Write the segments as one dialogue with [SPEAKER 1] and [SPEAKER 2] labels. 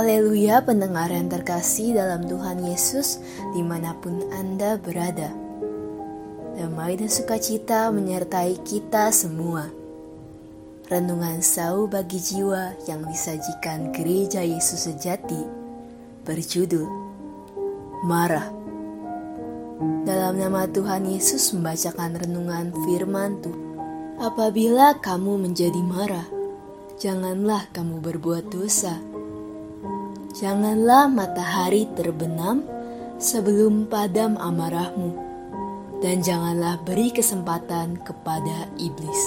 [SPEAKER 1] Haleluya pendengar yang terkasih dalam Tuhan Yesus dimanapun Anda berada. Damai dan sukacita menyertai kita semua. Renungan Sau bagi jiwa yang disajikan Gereja Yesus Sejati berjudul Marah. Dalam nama Tuhan Yesus membacakan renungan firman Tuhan. Apabila kamu menjadi marah, janganlah kamu berbuat dosa. Janganlah matahari terbenam sebelum padam amarahmu, dan janganlah beri kesempatan kepada iblis.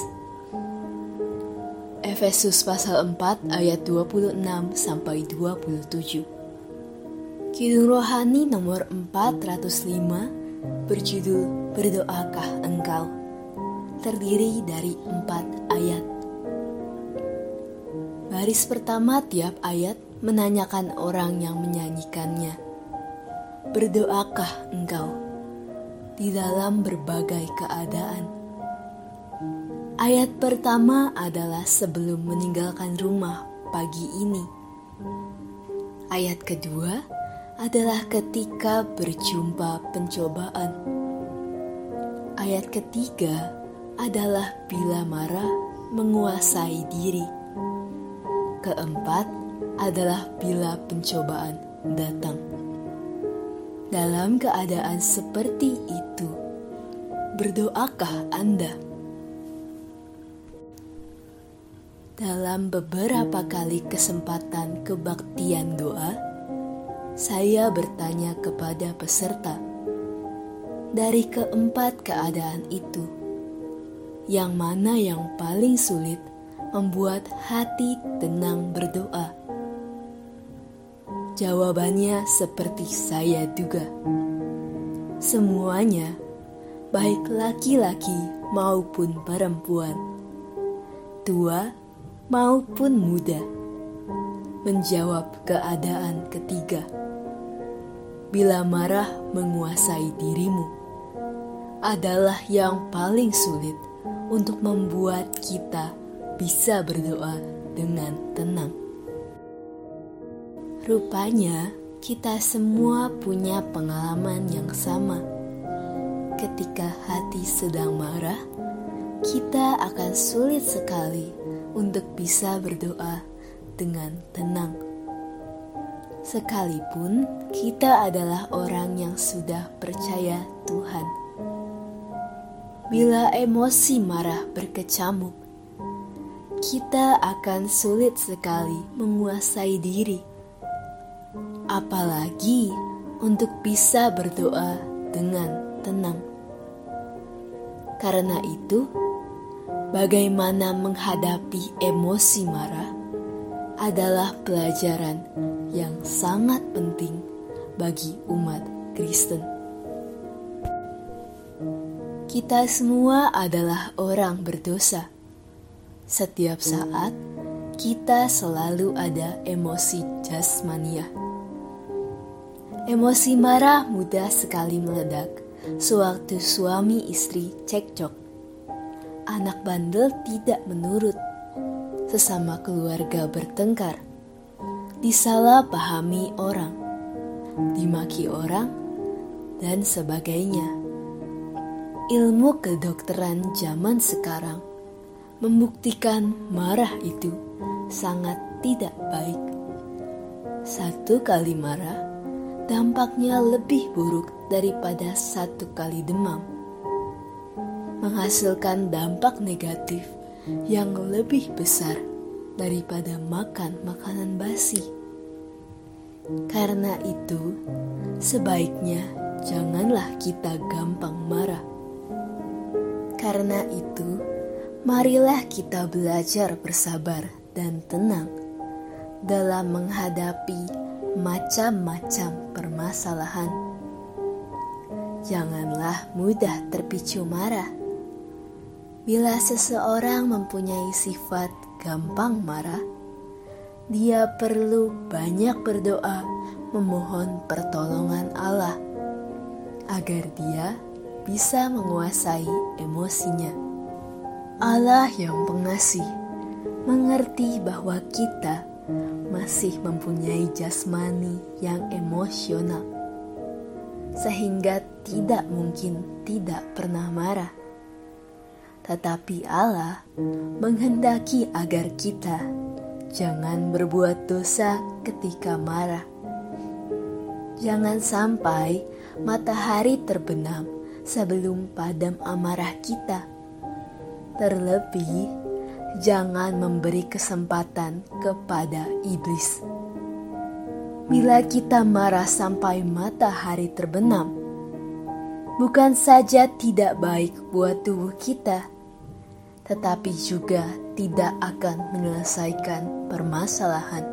[SPEAKER 1] Efesus pasal 4 ayat 26-27. Kidung Rohani nomor 405 berjudul Berdoakah Engkau? Terdiri dari 4 ayat. Baris pertama tiap ayat menanyakan orang yang menyanyikannya, berdoakah engkau di dalam berbagai keadaan? Ayat pertama adalah sebelum meninggalkan rumah pagi ini. Ayat kedua adalah ketika berjumpa pencobaan. Ayat ketiga adalah bila marah menguasai diri. Keempat adalah bila pencobaan datang. Dalam keadaan seperti itu, berdoakah Anda? Dalam beberapa kali kesempatan kebaktian doa, saya bertanya kepada peserta, dari keempat keadaan itu, yang mana yang paling sulit membuat hati tenang berdoa? Jawabannya seperti saya duga. Semuanya, baik laki-laki maupun perempuan, tua maupun muda, menjawab keadaan ketiga. Bila marah menguasai dirimu, adalah yang paling sulit untuk membuat kita bisa berdoa dengan tenang. Rupanya, kita semua punya pengalaman yang sama. Ketika hati sedang marah, kita akan sulit sekali untuk bisa berdoa dengan tenang. Sekalipun kita adalah orang yang sudah percaya Tuhan. Bila emosi marah berkecamuk, kita akan sulit sekali menguasai diri. Apalagi untuk bisa berdoa dengan tenang. Karena itu, bagaimana menghadapi emosi marah adalah pelajaran yang sangat penting bagi umat Kristen. Kita semua adalah orang berdosa. Setiap saat, kita selalu ada emosi jasmaniah. Emosi marah mudah sekali meledak sewaktu suami istri cekcok. Anak bandel tidak menurut. Sesama keluarga bertengkar. Disalahpahami orang. Dimaki orang. Dan sebagainya. Ilmu kedokteran zaman sekarang membuktikan marah itu sangat tidak baik. Satu kali marah dampaknya lebih buruk daripada satu kali demam. Menghasilkan dampak negatif yang lebih besar daripada makan makanan basi. Karena itu, sebaiknya janganlah kita gampang marah. Karena itu, marilah kita belajar bersabar dan tenang dalam menghadapi macam-macam permasalahan. Janganlah mudah terpicu marah. Bila seseorang mempunyai sifat gampang marah, dia perlu banyak berdoa memohon pertolongan Allah agar dia bisa menguasai emosinya. Allah yang pengasih mengerti bahwa kita masih mempunyai jasmani yang emosional, sehingga tidak mungkin tidak pernah marah. Tetapi Allah menghendaki agar kita jangan berbuat dosa ketika marah. Jangan sampai matahari terbenam sebelum padam amarah kita. Terlebih, jangan memberi kesempatan kepada iblis. Bila kita marah sampai matahari terbenam, bukan saja tidak baik buat tubuh kita, tetapi juga tidak akan menyelesaikan permasalahan.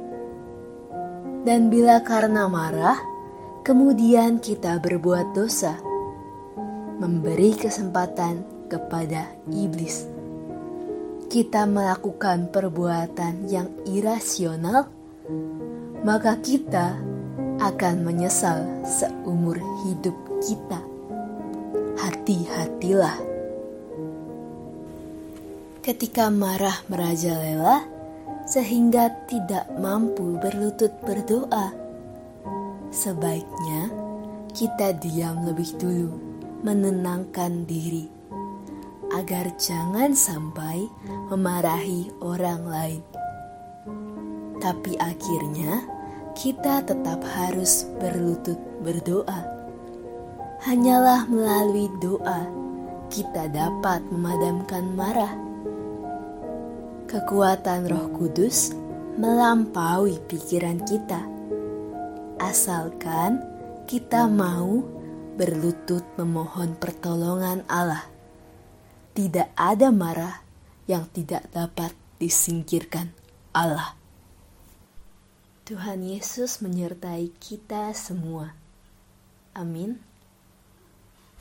[SPEAKER 1] Dan bila karena marah, kemudian kita berbuat dosa, memberi kesempatan kepada iblis, kita melakukan perbuatan yang irasional, maka kita akan menyesal seumur hidup kita. Hati-hatilah. Ketika marah merajalela sehingga tidak mampu berlutut berdoa, sebaiknya kita diam lebih dulu, menenangkan diri, agar jangan sampai memarahi orang lain. Tapi akhirnya kita tetap harus berlutut berdoa. Hanyalah melalui doa kita dapat memadamkan marah. Kekuatan Roh Kudus melampaui pikiran kita, asalkan kita mau berlutut memohon pertolongan Allah. Tidak ada marah yang tidak dapat disingkirkan Allah. Tuhan Yesus menyertai kita semua. Amin.